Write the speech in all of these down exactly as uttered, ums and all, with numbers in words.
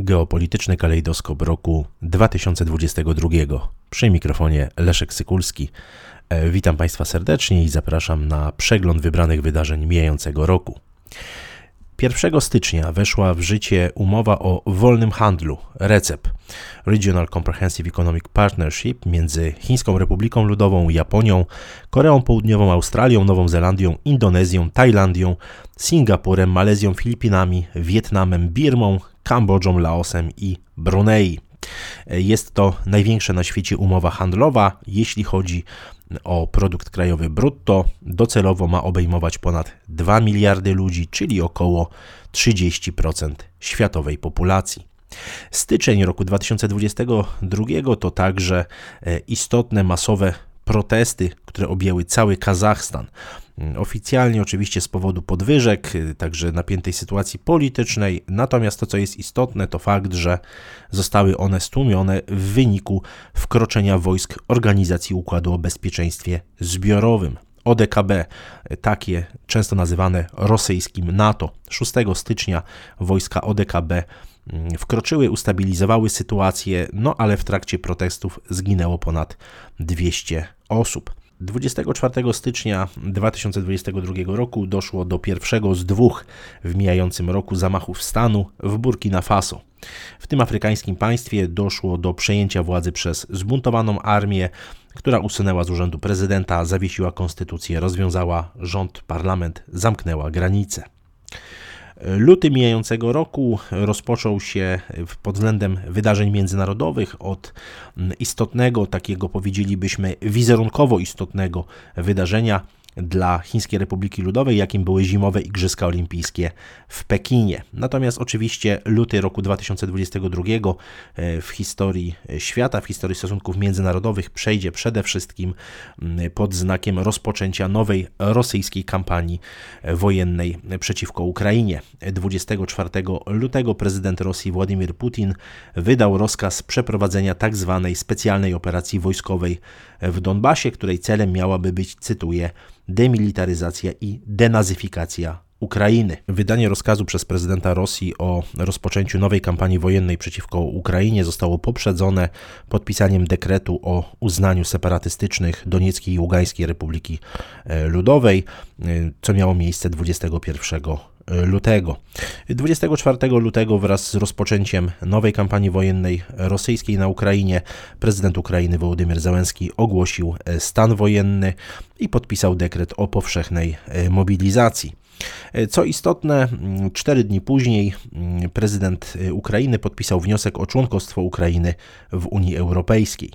geopolityczny kalejdoskop roku dwa tysiące dwudziestego drugiego. Przy mikrofonie Leszek Sykulski. Witam Państwa serdecznie i zapraszam na przegląd wybranych wydarzeń mijającego roku. pierwszego stycznia weszła w życie umowa o wolnym handlu R C E P, Regional Comprehensive Economic Partnership, między Chińską Republiką Ludową, Japonią, Koreą Południową, Australią, Nową Zelandią, Indonezją, Tajlandią, Singapurem, Malezją, Filipinami, Wietnamem, Birmą, Kambodżą, Laosem i Brunei. Jest to największa na świecie umowa handlowa, jeśli chodzi o produkt krajowy brutto. Docelowo ma obejmować ponad dwa miliardy ludzi, czyli około trzydzieści procent światowej populacji. Styczeń roku dwa tysiące dwudziestego drugiego to także istotne masowe protesty, które objęły cały Kazachstan. Oficjalnie oczywiście z powodu podwyżek, także napiętej sytuacji politycznej, natomiast to, co jest istotne, to fakt, że zostały one stłumione w wyniku wkroczenia wojsk Organizacji Układu o Bezpieczeństwie Zbiorowym. O D K B, takie często nazywane rosyjskim NATO. szóstego stycznia wojska O D K B wkroczyły, ustabilizowały sytuację, no ale w trakcie protestów zginęło ponad dwieście osób. dwudziestego czwartego stycznia dwa tysiące dwudziestego drugiego roku doszło do pierwszego z dwóch w mijającym roku zamachów stanu w Burkina Faso. W tym afrykańskim państwie doszło do przejęcia władzy przez zbuntowaną armię, która usunęła z urzędu prezydenta, zawiesiła konstytucję, rozwiązała rząd, parlament, zamknęła granice. Luty mijającego roku rozpoczął się pod względem wydarzeń międzynarodowych od istotnego, takiego powiedzielibyśmy wizerunkowo istotnego wydarzenia dla Chińskiej Republiki Ludowej, jakim były zimowe Igrzyska Olimpijskie w Pekinie. Natomiast oczywiście luty roku dwa tysiące dwudziestego drugiego w historii świata, w historii stosunków międzynarodowych przejdzie przede wszystkim pod znakiem rozpoczęcia nowej rosyjskiej kampanii wojennej przeciwko Ukrainie. dwudziestego czwartego lutego prezydent Rosji Władimir Putin wydał rozkaz przeprowadzenia tzw. specjalnej operacji wojskowej w Donbasie, której celem miałaby być, cytuję, demilitaryzacja i denazyfikacja Ukrainy. Wydanie rozkazu przez prezydenta Rosji o rozpoczęciu nowej kampanii wojennej przeciwko Ukrainie zostało poprzedzone podpisaniem dekretu o uznaniu separatystycznych Donieckiej i Ługańskiej Republiki Ludowej, co miało miejsce dwudziestego pierwszego lutego. dwudziestego czwartego lutego wraz z rozpoczęciem nowej kampanii wojennej rosyjskiej na Ukrainie prezydent Ukrainy Wołodymyr Zełenski ogłosił stan wojenny i podpisał dekret o powszechnej mobilizacji. Co istotne, cztery dni później prezydent Ukrainy podpisał wniosek o członkostwo Ukrainy w Unii Europejskiej.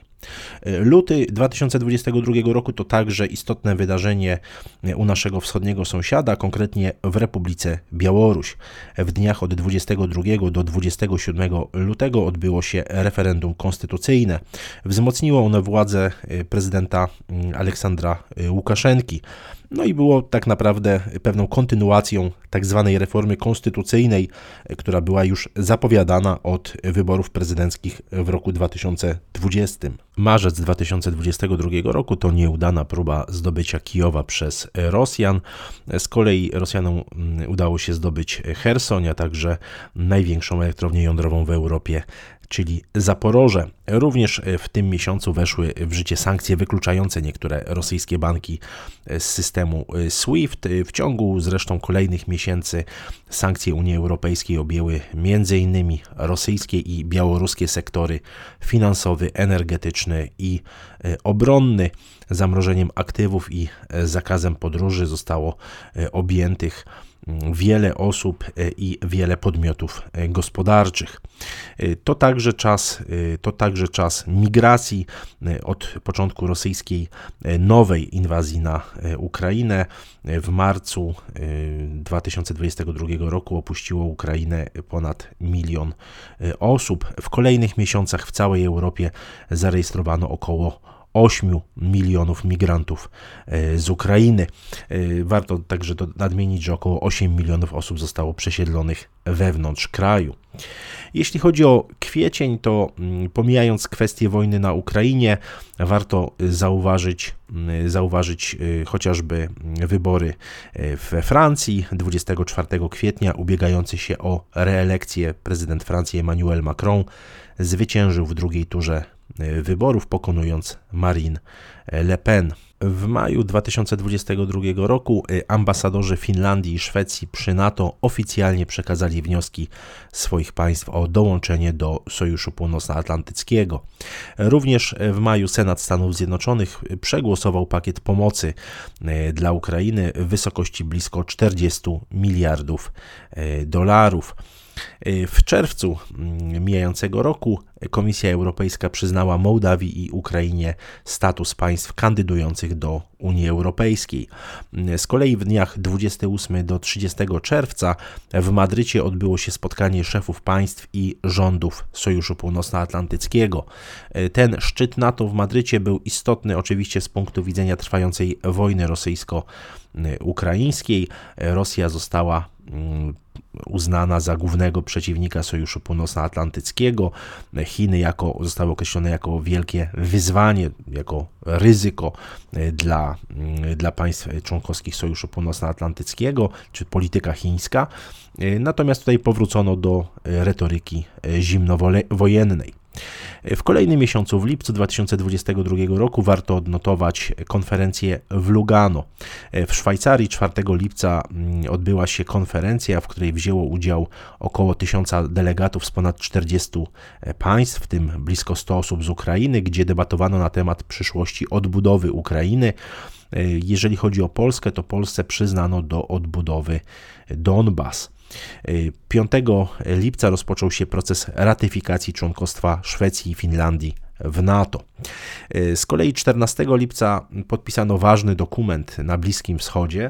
Luty dwa tysiące dwudziestego drugiego roku to także istotne wydarzenie u naszego wschodniego sąsiada, konkretnie w Republice Białoruś. W dniach od dwudziestego drugiego do dwudziestego siódmego lutego odbyło się referendum konstytucyjne. Wzmocniło ono władzę prezydenta Aleksandra Łukaszenki. No i było tak naprawdę pewną kontynuacją tak zwanej reformy konstytucyjnej, która była już zapowiadana od wyborów prezydenckich w roku dwa tysiące dwudziestym. Marzec dwa tysiące dwudziestego drugiego roku to nieudana próba zdobycia Kijowa przez Rosjan. Z kolei Rosjanom udało się zdobyć Cherson, a także największą elektrownię jądrową w Europie, czyli Zaporoże. Również w tym miesiącu weszły w życie sankcje wykluczające niektóre rosyjskie banki z systemu SWIFT. W ciągu zresztą kolejnych miesięcy sankcje Unii Europejskiej objęły między innymi rosyjskie i białoruskie sektory finansowy, energetyczny i obronny. Zamrożeniem aktywów i zakazem podróży zostało objętych wiele osób i wiele podmiotów gospodarczych. To także czas, to także czas migracji. Od początku rosyjskiej nowej inwazji na Ukrainę w marcu dwa tysiące dwudziestego drugiego roku opuściło Ukrainę ponad milion osób. W kolejnych miesiącach w całej Europie zarejestrowano około ośmiu milionów migrantów z Ukrainy. Warto także nadmienić, że około osiem milionów osób zostało przesiedlonych wewnątrz kraju. Jeśli chodzi o kwiecień, to pomijając kwestię wojny na Ukrainie, warto zauważyć, zauważyć chociażby wybory we Francji dwudziestego czwartego kwietnia. Ubiegający się o reelekcję prezydent Francji Emmanuel Macron zwyciężył w drugiej turze wyborów, pokonując Marine Le Pen. W maju dwa tysiące dwudziestego drugiego roku ambasadorzy Finlandii i Szwecji przy NATO oficjalnie przekazali wnioski swoich państw o dołączenie do Sojuszu Północnoatlantyckiego. Również w maju Senat Stanów Zjednoczonych przegłosował pakiet pomocy dla Ukrainy w wysokości blisko czterdziestu miliardów dolarów. W czerwcu mijającego roku Komisja Europejska przyznała Mołdawii i Ukrainie status państw kandydujących do Unii Europejskiej. Z kolei w dniach dwudziestego ósmego do trzydziestego czerwca w Madrycie odbyło się spotkanie szefów państw i rządów Sojuszu Północnoatlantyckiego. Ten szczyt NATO w Madrycie był istotny oczywiście z punktu widzenia trwającej wojny rosyjsko-ukraińskiej. Rosja została uznana za głównego przeciwnika Sojuszu Północnoatlantyckiego. Chiny jako, zostały określone jako wielkie wyzwanie, jako ryzyko dla, dla państw członkowskich Sojuszu Północnoatlantyckiego, czy polityka chińska. Natomiast tutaj powrócono do retoryki zimnowojennej. W kolejnym miesiącu, w lipcu dwa tysiące dwudziestego drugiego roku, warto odnotować konferencję w Lugano. W Szwajcarii czwartego lipca odbyła się konferencja, w której wzięło udział około tysiąca delegatów z ponad czterdziestu państw, w tym blisko stu osób z Ukrainy, gdzie debatowano na temat przyszłości odbudowy Ukrainy. Jeżeli chodzi o Polskę, to Polsce przyznano do odbudowy Donbas. piątego lipca rozpoczął się proces ratyfikacji członkostwa Szwecji i Finlandii w NATO. Z kolei czternastego lipca podpisano ważny dokument na Bliskim Wschodzie.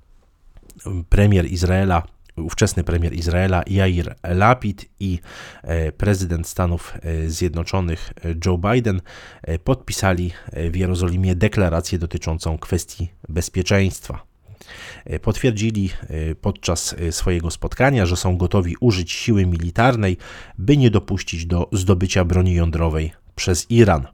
Premier Izraela, ówczesny premier Izraela Jair Lapid i prezydent Stanów Zjednoczonych Joe Biden podpisali w Jerozolimie deklarację dotyczącą kwestii bezpieczeństwa. Potwierdzili podczas swojego spotkania, że są gotowi użyć siły militarnej, by nie dopuścić do zdobycia broni jądrowej przez Iran.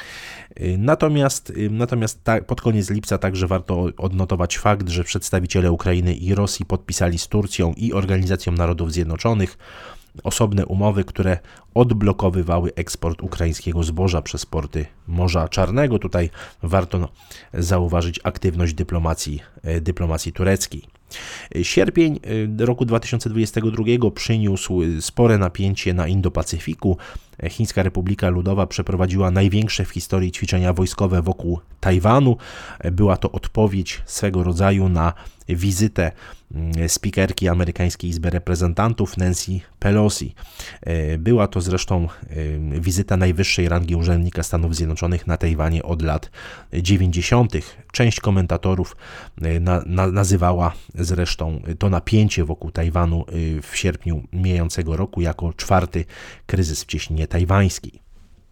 Natomiast, natomiast ta, pod koniec lipca także warto odnotować fakt, że przedstawiciele Ukrainy i Rosji podpisali z Turcją i Organizacją Narodów Zjednoczonych osobne umowy, które odblokowywały eksport ukraińskiego zboża przez porty Morza Czarnego. Tutaj warto zauważyć aktywność dyplomacji, dyplomacji tureckiej. Sierpień roku dwa tysiące dwudziestego drugiego przyniósł spore napięcie na Indo-Pacyfiku. Chińska Republika Ludowa przeprowadziła największe w historii ćwiczenia wojskowe wokół Tajwanu. Była to odpowiedź swego rodzaju na wizytę spikerki amerykańskiej Izby Reprezentantów Nancy Pelosi. Była to zresztą wizyta najwyższej rangi urzędnika Stanów Zjednoczonych na Tajwanie od lat dziewięćdziesiątych. Część komentatorów na, na, nazywała zresztą to napięcie wokół Tajwanu w sierpniu mijającego roku jako czwarty kryzys w cieśninie tajwańskiej.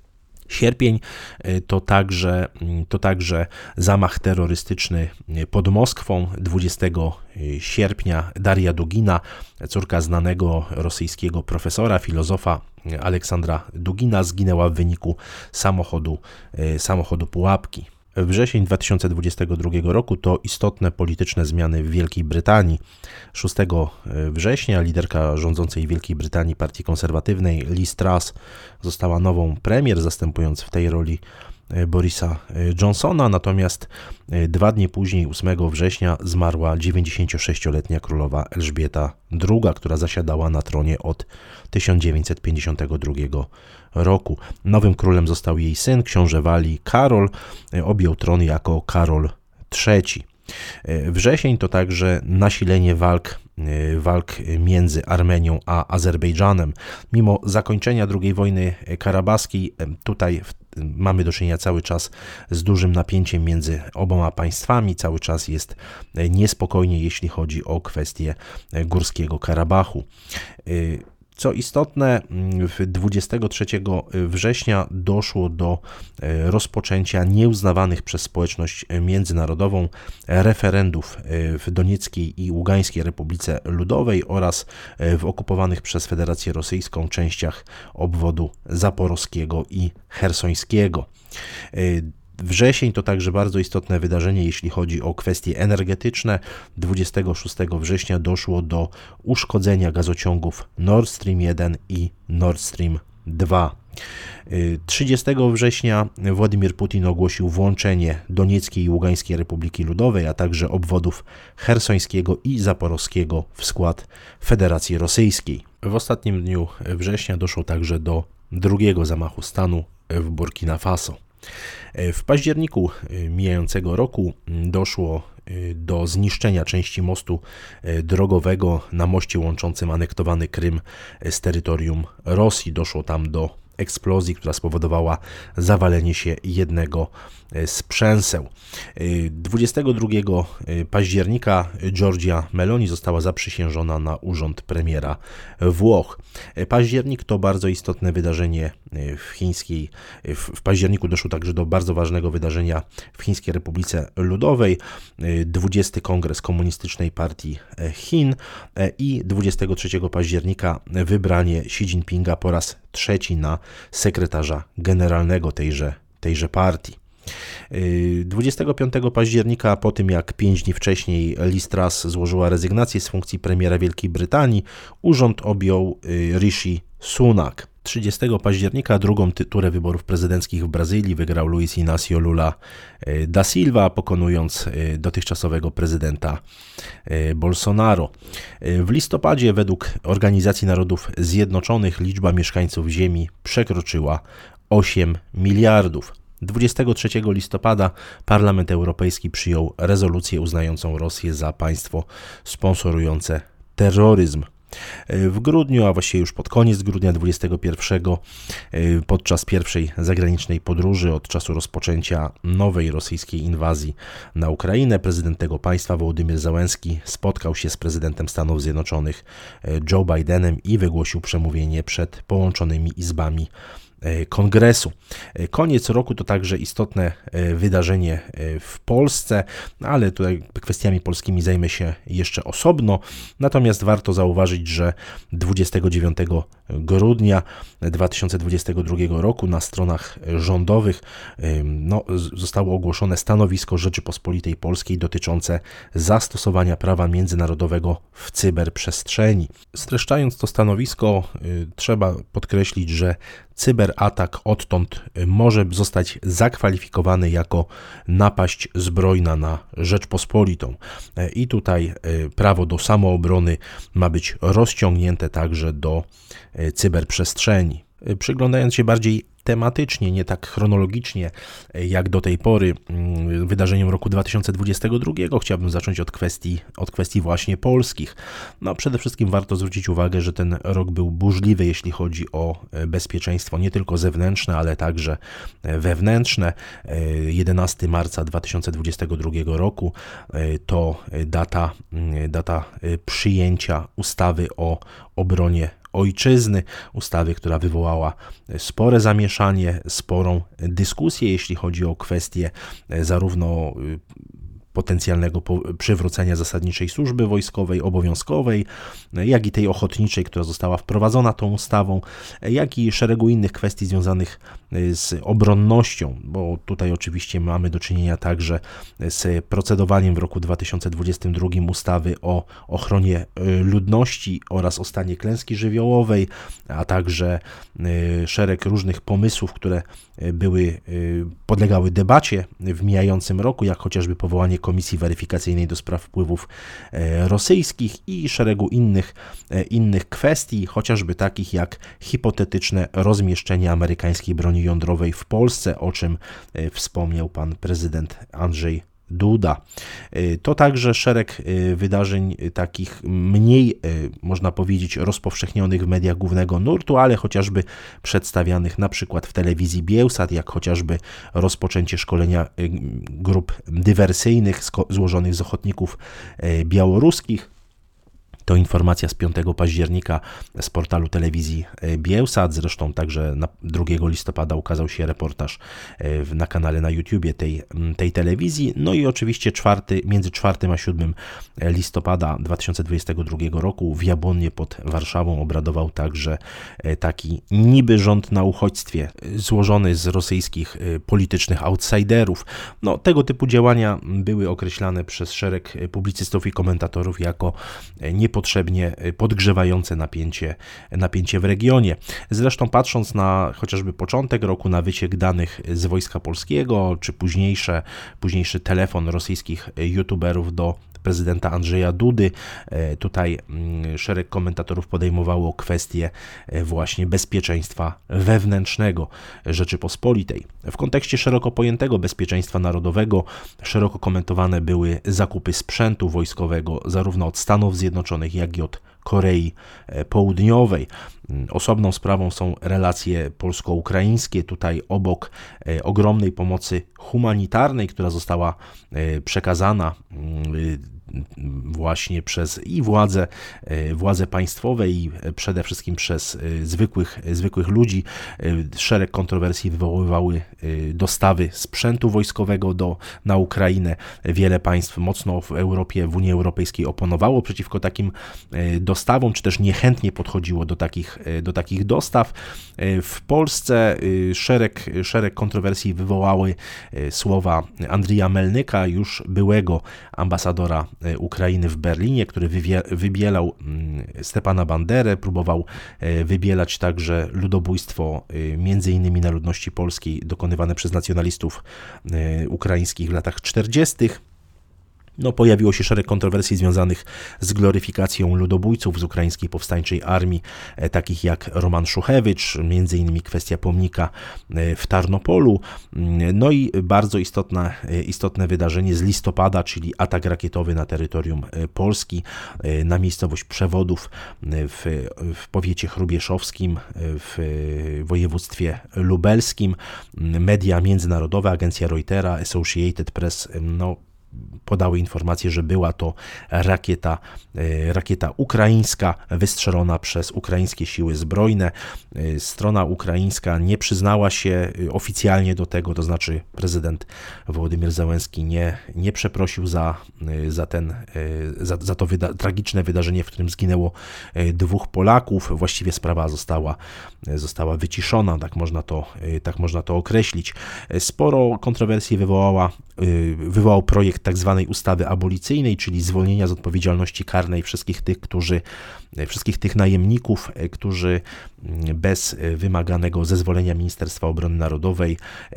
Sierpień to także, to także zamach terrorystyczny pod Moskwą. dwudziestego sierpnia Daria Dugina, córka znanego rosyjskiego profesora, filozofa Aleksandra Dugina, zginęła w wyniku samochodu, samochodu pułapki. Wrzesień dwa tysiące dwudziestego drugiego roku to istotne polityczne zmiany w Wielkiej Brytanii. szóstego września liderka rządzącej Wielkiej Brytanii Partii Konserwatywnej Liz Truss została nową premier, zastępując w tej roli Borisa Johnsona, natomiast dwa dni później, ósmego września, zmarła dziewięćdziesięciosześcioletnia królowa Elżbieta druga, która zasiadała na tronie od tysiąc dziewięćset pięćdziesiątego drugiego roku. Nowym królem został jej syn, książę Walii Karol, objął tron jako Karol trzeci. Wrzesień to także nasilenie walk, walk między Armenią a Azerbejdżanem. Mimo zakończenia drugiej wojny karabaskiej, tutaj mamy do czynienia cały czas z dużym napięciem między oboma państwami. Cały czas jest niespokojnie, jeśli chodzi o kwestię Górskiego Karabachu. Co istotne, dwudziestego trzeciego września doszło do rozpoczęcia nieuznawanych przez społeczność międzynarodową referendów w Donieckiej i Ługańskiej Republice Ludowej oraz w okupowanych przez Federację Rosyjską częściach obwodu zaporowskiego i chersońskiego. Wrzesień to także bardzo istotne wydarzenie, jeśli chodzi o kwestie energetyczne. dwudziestego szóstego września doszło do uszkodzenia gazociągów Nord Stream jeden i Nord Stream dwa. trzydziestego września Władimir Putin ogłosił włączenie Donieckiej i Ługańskiej Republiki Ludowej, a także obwodów chersońskiego i zaporowskiego w skład Federacji Rosyjskiej. W ostatnim dniu września doszło także do drugiego zamachu stanu w Burkina Faso. W październiku mijającego roku doszło do zniszczenia części mostu drogowego na moście łączącym anektowany Krym z terytorium Rosji. Doszło tam do eksplozji, która spowodowała zawalenie się jednego z przęseł. dwudziestego drugiego października Giorgia Meloni została zaprzysiężona na urząd premiera Włoch. Październik to bardzo istotne wydarzenie w chińskiej, w październiku doszło także do bardzo ważnego wydarzenia w Chińskiej Republice Ludowej, dwudziesty Kongres Komunistycznej Partii Chin i dwudziestego trzeciego października wybranie Xi Jinpinga po raz trzeci na sekretarza generalnego tejże, tejże partii. dwudziestego piątego października, po tym jak pięć dni wcześniej Liz Truss złożyła rezygnację z funkcji premiera Wielkiej Brytanii, urząd objął Rishi Sunak. trzydziestego października drugą turę wyborów prezydenckich w Brazylii wygrał Luiz Inácio Lula da Silva, pokonując dotychczasowego prezydenta Bolsonaro. W listopadzie według Organizacji Narodów Zjednoczonych liczba mieszkańców Ziemi przekroczyła osiem miliardów. dwudziestego trzeciego listopada Parlament Europejski przyjął rezolucję uznającą Rosję za państwo sponsorujące terroryzm. W grudniu, a właściwie już pod koniec grudnia dwudziestego pierwszego, podczas pierwszej zagranicznej podróży od czasu rozpoczęcia nowej rosyjskiej inwazji na Ukrainę, prezydent tego państwa Wołodymyr Zełenski spotkał się z prezydentem Stanów Zjednoczonych Joe Bidenem i wygłosił przemówienie przed połączonymi izbami Kongresu. Koniec roku to także istotne wydarzenie w Polsce, ale tutaj kwestiami polskimi zajmę się jeszcze osobno. Natomiast warto zauważyć, że dwudziestego dziewiątego grudnia dwa tysiące dwudziestego drugiego roku na stronach rządowych no, zostało ogłoszone stanowisko Rzeczypospolitej Polskiej dotyczące zastosowania prawa międzynarodowego w cyberprzestrzeni. Streszczając to stanowisko, trzeba podkreślić, że cyberatak odtąd może zostać zakwalifikowany jako napaść zbrojna na Rzeczpospolitą. I tutaj prawo do samoobrony ma być rozciągnięte także do cyberprzestrzeni. Przyglądając się bardziej tematycznie, nie tak chronologicznie jak do tej pory wydarzeniom roku dwa tysiące dwudziestego drugiego, chciałbym zacząć od kwestii, od kwestii właśnie polskich. No, przede wszystkim warto zwrócić uwagę, że ten rok był burzliwy, jeśli chodzi o bezpieczeństwo nie tylko zewnętrzne, ale także wewnętrzne. jedenastego marca dwa tysiące dwudziestego drugiego roku to data, data przyjęcia ustawy o obronie ojczyzny, ustawy, która wywołała spore zamieszanie, sporą dyskusję, jeśli chodzi o kwestie zarówno potencjalnego przywrócenia zasadniczej służby wojskowej, obowiązkowej, jak i tej ochotniczej, która została wprowadzona tą ustawą, jak i szeregu innych kwestii związanych z obronnością, bo tutaj oczywiście mamy do czynienia także z procedowaniem w roku dwa tysiące dwudziestym drugim ustawy o ochronie ludności oraz o stanie klęski żywiołowej, a także szereg różnych pomysłów, które były, podlegały debacie w mijającym roku, jak chociażby powołanie Komisji Weryfikacyjnej do spraw wpływów rosyjskich i szeregu innych, innych kwestii, chociażby takich jak hipotetyczne rozmieszczenie amerykańskiej broni jądrowej w Polsce, o czym wspomniał pan prezydent Andrzej Duda. To także szereg wydarzeń takich mniej, można powiedzieć, rozpowszechnionych w mediach głównego nurtu, ale chociażby przedstawianych na przykład w telewizji Biełsat, jak chociażby rozpoczęcie szkolenia grup dywersyjnych złożonych z ochotników białoruskich. To informacja z piątego października z portalu telewizji Bielsat. Zresztą także na drugiego listopada ukazał się reportaż na kanale na YouTubie tej, tej telewizji. No i oczywiście czwarty, między czwartym a siódmym listopada dwa tysiące dwudziestego drugiego roku w Jabłonnie pod Warszawą obradował także taki niby rząd na uchodźstwie złożony z rosyjskich politycznych outsiderów. No, tego typu działania były określane przez szereg publicystów i komentatorów jako niepotrzebnie podgrzewające napięcie, napięcie w regionie. Zresztą patrząc na chociażby początek roku, na wyciek danych z Wojska Polskiego, czy późniejsze, późniejszy telefon rosyjskich youtuberów do prezydenta Andrzeja Dudy, tutaj szereg komentatorów podejmowało kwestię właśnie bezpieczeństwa wewnętrznego Rzeczypospolitej. W kontekście szeroko pojętego bezpieczeństwa narodowego szeroko komentowane były zakupy sprzętu wojskowego zarówno od Stanów Zjednoczonych, jak i od Korei Południowej. Osobną sprawą są relacje polsko-ukraińskie. Tutaj obok ogromnej pomocy humanitarnej, która została przekazana właśnie przez i władze, władze państwowe i przede wszystkim przez zwykłych, zwykłych ludzi. Szereg kontrowersji wywoływały dostawy sprzętu wojskowego do, na Ukrainę. Wiele państw mocno w Europie, w Unii Europejskiej oponowało przeciwko takim dostawom, czy też niechętnie podchodziło do takich, do takich dostaw. W Polsce szereg, szereg kontrowersji wywołały słowa Andrija Melnyka, już byłego ambasadora Ukrainy w Berlinie, który wybielał Stepana Banderę, próbował wybielać także ludobójstwo między innymi na ludności polskiej dokonywane przez nacjonalistów ukraińskich w latach czterdziestych. No, pojawiło się szereg kontrowersji związanych z gloryfikacją ludobójców z ukraińskiej powstańczej armii, takich jak Roman Szuchewicz, między innymi kwestia pomnika w Tarnopolu. No i bardzo istotne, istotne wydarzenie z listopada, czyli atak rakietowy na terytorium Polski, na miejscowość Przewodów w, w powiecie chrubieszowskim, w województwie lubelskim. Media międzynarodowe, agencja Reutera, Associated Press, no, podały informację, że była to rakieta, rakieta ukraińska wystrzelona przez ukraińskie siły zbrojne. Strona ukraińska nie przyznała się oficjalnie do tego, to znaczy prezydent Wołodymyr Zełenski nie, nie przeprosił za, za, ten, za, za to wyda- tragiczne wydarzenie, w którym zginęło dwóch Polaków. Właściwie sprawa została, została wyciszona, tak można to, tak można to określić. Sporo kontrowersji wywołała, wywołał projekt tak zwanej ustawy abolicyjnej, czyli zwolnienia z odpowiedzialności karnej wszystkich tych, którzy, wszystkich tych najemników, którzy bez wymaganego zezwolenia Ministerstwa Obrony Narodowej,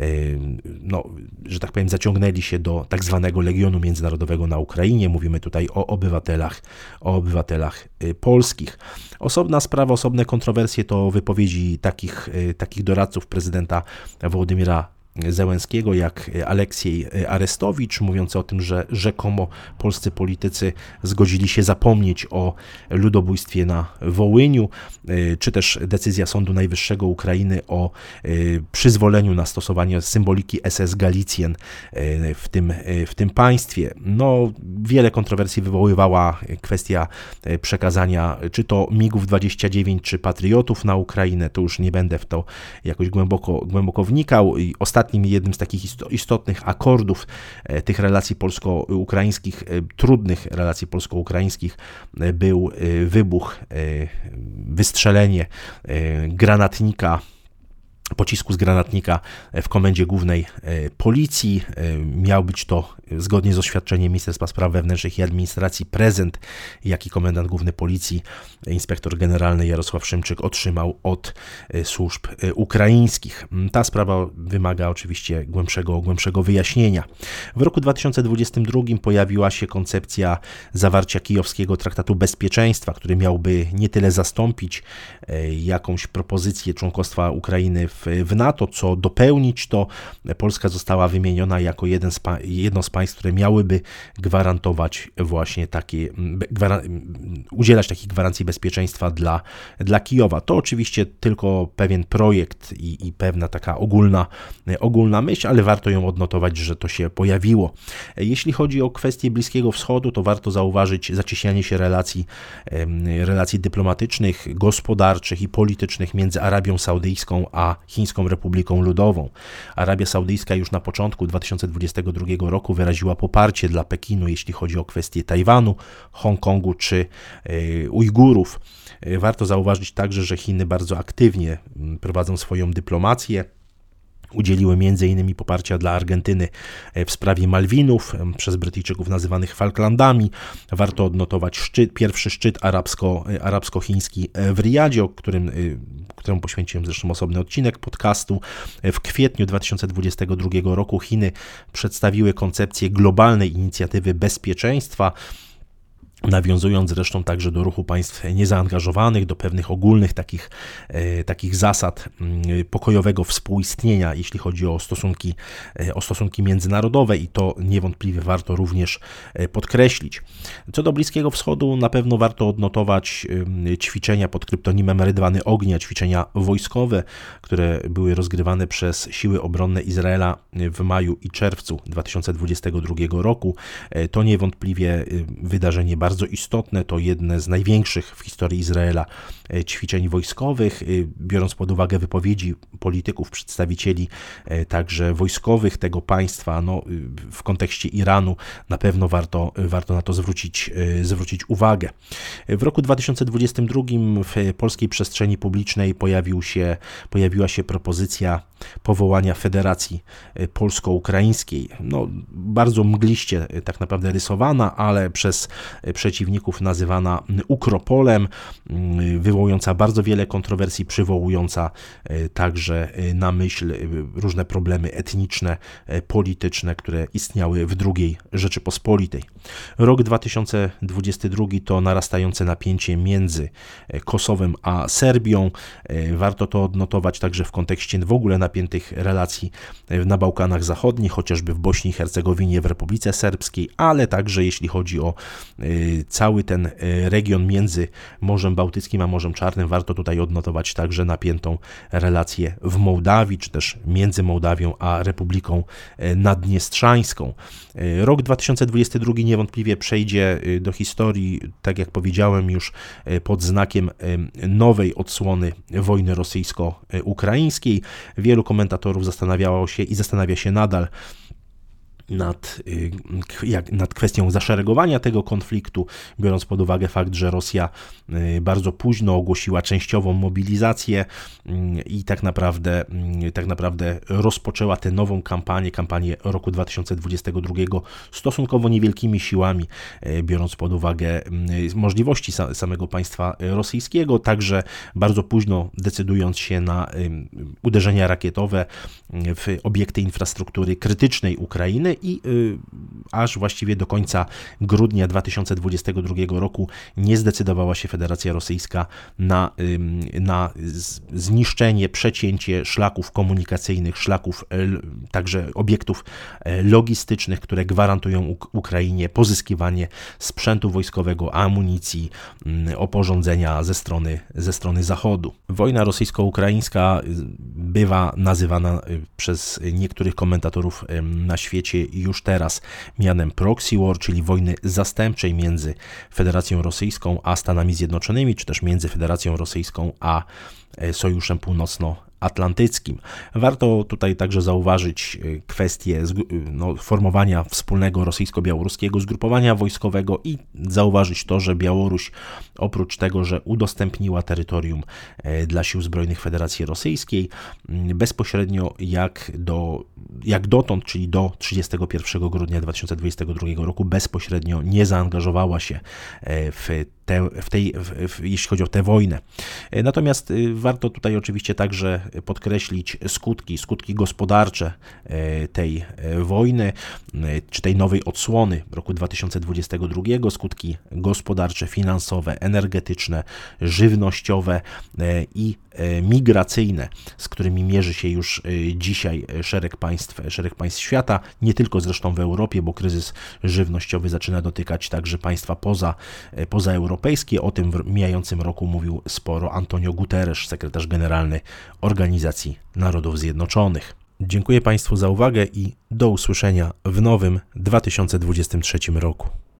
no, że tak powiem, zaciągnęli się do tak zwanego Legionu Międzynarodowego na Ukrainie. Mówimy tutaj o obywatelach, o obywatelach polskich. Osobna sprawa, osobne kontrowersje to wypowiedzi takich, takich doradców prezydenta Wołodymyra Zełenskiego, jak Aleksiej Arestowicz, mówiący o tym, że rzekomo polscy politycy zgodzili się zapomnieć o ludobójstwie na Wołyniu, czy też decyzja Sądu Najwyższego Ukrainy o przyzwoleniu na stosowanie symboliki S S Galicjen w tym, w tym państwie. No, wiele kontrowersji wywoływała kwestia przekazania czy to migów dwadzieścia dziewięć, czy Patriotów na Ukrainę. To już nie będę w to jakoś głęboko, głęboko wnikał. I ostatnim jednym z takich istotnych akordów tych relacji polsko-ukraińskich, trudnych relacji polsko-ukraińskich, był wybuch, wystrzelenie granatnika, pocisku z granatnika w Komendzie Głównej Policji. Miał być to, zgodnie z oświadczeniem Ministerstwa Spraw Wewnętrznych i Administracji, prezent, jaki komendant główny Policji, inspektor generalny Jarosław Szymczyk otrzymał od służb ukraińskich. Ta sprawa wymaga oczywiście głębszego, głębszego wyjaśnienia. W roku dwa tysiące dwudziestym drugim pojawiła się koncepcja zawarcia Kijowskiego Traktatu Bezpieczeństwa, który miałby nie tyle zastąpić jakąś propozycję członkostwa Ukrainy w w, w NATO, co dopełnić, to Polska została wymieniona jako jeden z pa, jedno z państw, które miałyby gwarantować właśnie takie, gwaran- udzielać takich gwarancji bezpieczeństwa dla, dla Kijowa. To oczywiście tylko pewien projekt i, i pewna taka ogólna, ogólna myśl, ale warto ją odnotować, że to się pojawiło. Jeśli chodzi o kwestię Bliskiego Wschodu, to warto zauważyć zacieśnianie się relacji, relacji dyplomatycznych, gospodarczych i politycznych między Arabią Saudyjską a Chińską Republiką Ludową. Arabia Saudyjska już na początku dwa tysiące dwudziestego drugiego roku wyraziła poparcie dla Pekinu, jeśli chodzi o kwestie Tajwanu, Hongkongu czy Ujgurów. Warto zauważyć także, że Chiny bardzo aktywnie prowadzą swoją dyplomację. Udzieliły między innymi poparcia dla Argentyny w sprawie Malwinów, przez Brytyjczyków nazywanych Falklandami. Warto odnotować szczyt, pierwszy szczyt arabsko, arabsko-chiński w Riyadzie, o którym, któremu poświęciłem zresztą osobny odcinek podcastu. W kwietniu dwa tysiące dwudziestego drugiego roku Chiny przedstawiły koncepcję globalnej inicjatywy bezpieczeństwa, nawiązując zresztą także do ruchu państw niezaangażowanych, do pewnych ogólnych takich, e, takich zasad e, pokojowego współistnienia, jeśli chodzi o stosunki, e, o stosunki międzynarodowe i to niewątpliwie warto również e, podkreślić. Co do Bliskiego Wschodu, na pewno warto odnotować e, ćwiczenia pod kryptonimem Rydwany Ognia, ćwiczenia wojskowe, które były rozgrywane przez siły obronne Izraela w maju i czerwcu dwa tysiące dwudziestego drugiego roku. E, to niewątpliwie e, wydarzenie bardzo bardzo istotne, to jedne z największych w historii Izraela ćwiczeń wojskowych, biorąc pod uwagę wypowiedzi polityków, przedstawicieli także wojskowych tego państwa, no, w kontekście Iranu na pewno warto, warto na to zwrócić, zwrócić uwagę. W roku dwa tysiące dwudziestym drugim w polskiej przestrzeni publicznej pojawił się, pojawiła się propozycja powołania Federacji Polsko-Ukraińskiej. No, bardzo mgliście tak naprawdę rysowana, ale przez przeciwników nazywana Ukropolem, wywołująca bardzo wiele kontrowersji, przywołująca także na myśl różne problemy etniczne, polityczne, które istniały w drugiej Rzeczypospolitej. Rok dwa tysiące dwudziesty drugi to narastające napięcie między Kosowem a Serbią. Warto to odnotować także w kontekście w ogóle napiętych relacji na Bałkanach Zachodnich, chociażby w Bośni i Hercegowinie, w Republice Serbskiej, ale także jeśli chodzi o cały ten region między Morzem Bałtyckim a Morzem Czarnym, warto tutaj odnotować także napiętą relację w Mołdawii, czy też między Mołdawią a Republiką Naddniestrzańską. Rok dwa tysiące dwudziesty drugi niewątpliwie przejdzie do historii, tak jak powiedziałem już, pod znakiem nowej odsłony wojny rosyjsko-ukraińskiej. Wielu komentatorów zastanawiało się i zastanawia się nadal Nad, jak, nad kwestią zaszeregowania tego konfliktu, biorąc pod uwagę fakt, że Rosja bardzo późno ogłosiła częściową mobilizację i tak naprawdę, tak naprawdę rozpoczęła tę nową kampanię, kampanię roku dwa tysiące dwudziestego drugiego stosunkowo niewielkimi siłami, biorąc pod uwagę możliwości samego państwa rosyjskiego, także bardzo późno decydując się na uderzenia rakietowe w obiekty infrastruktury krytycznej Ukrainy i y, aż właściwie do końca grudnia dwa tysiące dwudziestego drugiego roku nie zdecydowała się Federacja Rosyjska na, y, na zniszczenie, przecięcie szlaków komunikacyjnych, szlaków, y, także obiektów y, logistycznych, które gwarantują U- Ukrainie pozyskiwanie sprzętu wojskowego, amunicji, y, oporządzenia ze strony, ze strony Zachodu. Wojna rosyjsko-ukraińska bywa nazywana przez niektórych komentatorów na świecie już teraz mianem proxy war, czyli wojny zastępczej między Federacją Rosyjską a Stanami Zjednoczonymi, czy też między Federacją Rosyjską a Sojuszem Północnoatlantyckim. Warto tutaj także zauważyć kwestię no, formowania wspólnego rosyjsko-białoruskiego zgrupowania wojskowego i zauważyć to, że Białoruś oprócz tego, że udostępniła terytorium dla sił zbrojnych Federacji Rosyjskiej, bezpośrednio jak, do, jak dotąd, czyli do trzydziestego pierwszego grudnia dwa tysiące dwudziestego drugiego roku, bezpośrednio nie zaangażowała się w Te, w tej, w, w, jeśli chodzi o tę wojnę. Natomiast warto tutaj oczywiście także podkreślić skutki, skutki gospodarcze tej wojny, czy tej nowej odsłony roku dwa tysiące dwudziestego drugiego, skutki gospodarcze, finansowe, energetyczne, żywnościowe i migracyjne, z którymi mierzy się już dzisiaj szereg państw, szereg państw świata, nie tylko zresztą w Europie, bo kryzys żywnościowy zaczyna dotykać także państwa poza, pozaeuropejskie. O tym w mijającym roku mówił sporo Antonio Guterres, sekretarz generalny Organizacji Narodów Zjednoczonych. Dziękuję Państwu za uwagę i do usłyszenia w nowym dwa tysiące dwudziestym trzecim roku.